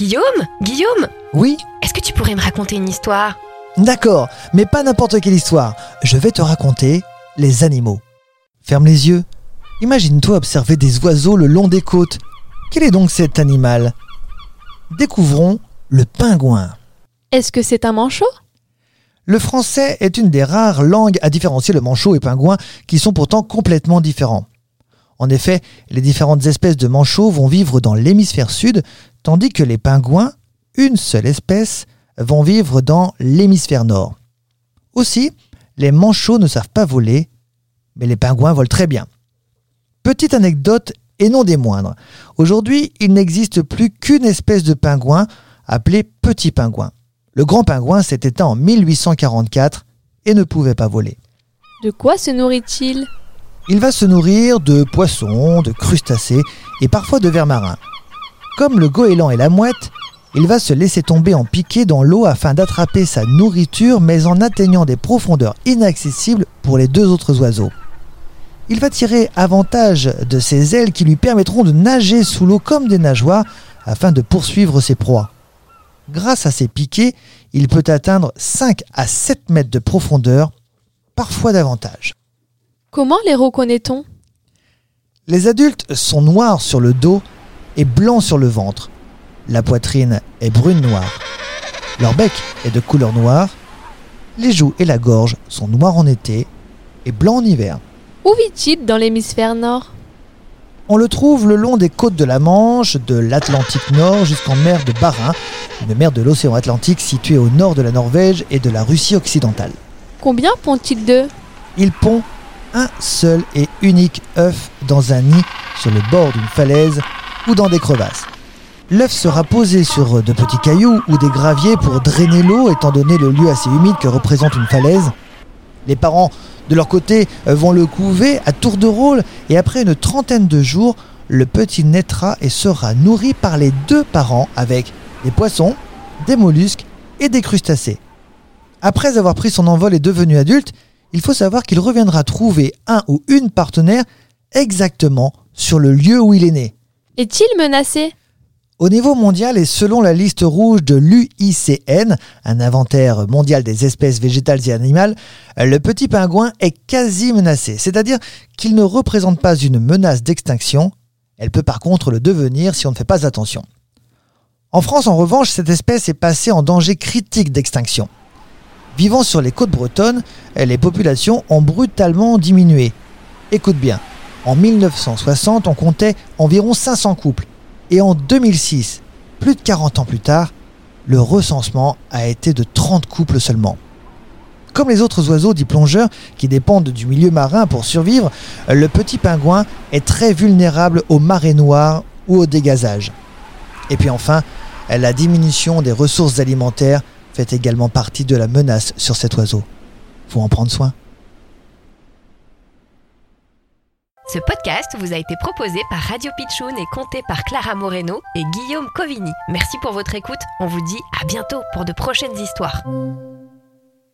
Guillaume, Oui ? est-ce que tu pourrais me raconter une histoire ? D'accord, mais pas n'importe quelle histoire. Je vais te raconter les animaux. Ferme les yeux. Imagine-toi observer des oiseaux le long des côtes. Quel est donc cet animal ? Découvrons le pingouin. Est-ce que c'est un manchot ? Le français est une des rares langues à différencier le manchot et pingouin qui sont pourtant complètement différents. En effet, les différentes espèces de manchots vont vivre dans l'hémisphère sud, tandis que les pingouins, une seule espèce, vont vivre dans l'hémisphère nord. Aussi, les manchots ne savent pas voler, mais les pingouins volent très bien. Petite anecdote et non des moindres. Aujourd'hui, il n'existe plus qu'une espèce de pingouin appelée petit pingouin. Le grand pingouin s'est éteint en 1844 et ne pouvait pas voler. De quoi se nourrit-il ? Il va se nourrir de poissons, de crustacés et parfois de vers marins. Comme le goéland et la mouette, il va se laisser tomber en piqué dans l'eau afin d'attraper sa nourriture, mais en atteignant des profondeurs inaccessibles pour les deux autres oiseaux. Il va tirer avantage de ses ailes qui lui permettront de nager sous l'eau comme des nageoires afin de poursuivre ses proies. Grâce à ses piquets, il peut atteindre 5 à 7 mètres de profondeur, parfois davantage. Comment les reconnaît-on ? Les adultes sont noirs sur le dos et blancs sur le ventre. La poitrine est brune-noire. Leur bec est de couleur noire. Les joues et la gorge sont noirs en été et blancs en hiver. Où vit-il dans l'hémisphère nord ? On le trouve le long des côtes de la Manche, de l'Atlantique Nord jusqu'en mer de Bas-Rhin, une mer de l'océan Atlantique située au nord de la Norvège et de la Russie occidentale. Combien pond-il d'œufs ? Il pond un seul et unique œuf dans un nid sur le bord d'une falaise ou dans des crevasses. L'œuf sera posé sur de petits cailloux ou des graviers pour drainer l'eau étant donné le lieu assez humide que représente une falaise. Les parents, de leur côté, vont le couver à tour de rôle et après une trentaine de jours, le petit naîtra et sera nourri par les deux parents avec des poissons, des mollusques et des crustacés. Après avoir pris son envol et devenu adulte, il faut savoir qu'il reviendra trouver un ou une partenaire exactement sur le lieu où il est né. Est-il menacé ? Au niveau mondial et selon la liste rouge de l'UICN, un inventaire mondial des espèces végétales et animales, le petit pingouin est quasi menacé, c'est-à-dire qu'il ne représente pas une menace d'extinction, elle peut par contre le devenir si on ne fait pas attention. En France, en revanche, cette espèce est passée en danger critique d'extinction. Vivant sur les côtes bretonnes, les populations ont brutalement diminué. Écoute bien, en 1960, on comptait environ 500 couples. Et en 2006, plus de 40 ans plus tard, le recensement a été de 30 couples seulement. Comme les autres oiseaux dits plongeurs qui dépendent du milieu marin pour survivre, le petit pingouin est très vulnérable aux marées noires ou au dégazage. Et puis enfin, la diminution des ressources alimentaires fait également partie de la menace sur cet oiseau. Faut en prendre soin. Ce podcast vous a été proposé par Radio Pitchoun et compté par Clara Moreno et Guillaume Covini. Merci pour votre écoute. On vous dit à bientôt pour de prochaines histoires.